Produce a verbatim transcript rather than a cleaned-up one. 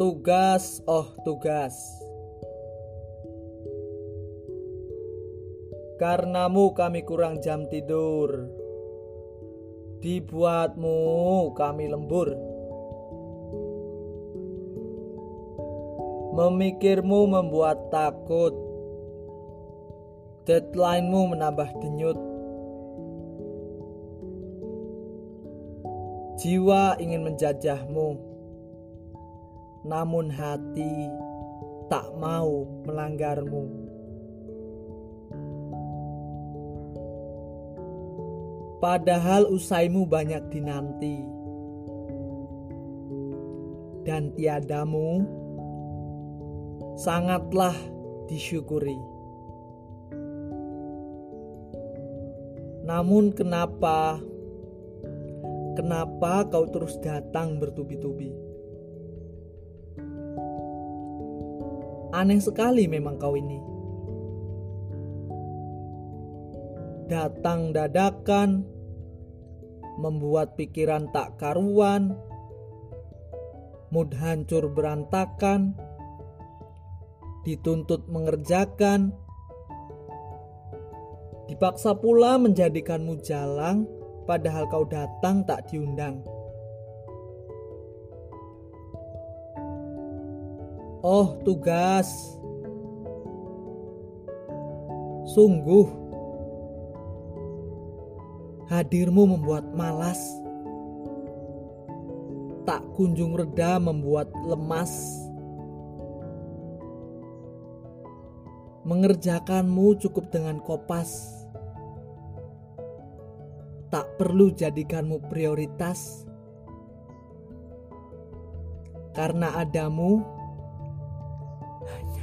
Tugas, oh tugas. Karenamu kami kurang jam tidur. Dibuatmu kami lembur. Memikirmu membuat takut. Deadline-mu menambah denyut. Jiwa ingin menjajahmu, namun hati tak mau melanggarmu. Padahal usaimu banyak dinanti, dan tiadamu sangatlah disyukuri. Namun kenapa, kenapa kau terus datang bertubi-tubi? Aneh sekali memang kau ini. Datang dadakan, membuat pikiran tak karuan, mood hancur berantakan, dituntut mengerjakan, dipaksa pula menjadikanmu jalang, padahal kau datang tak diundang. Oh tugas, sungguh hadirmu membuat malas, tak kunjung reda membuat lemas. Mengerjakanmu cukup dengan kopas, tak perlu jadikanmu prioritas. Karena adamu hanya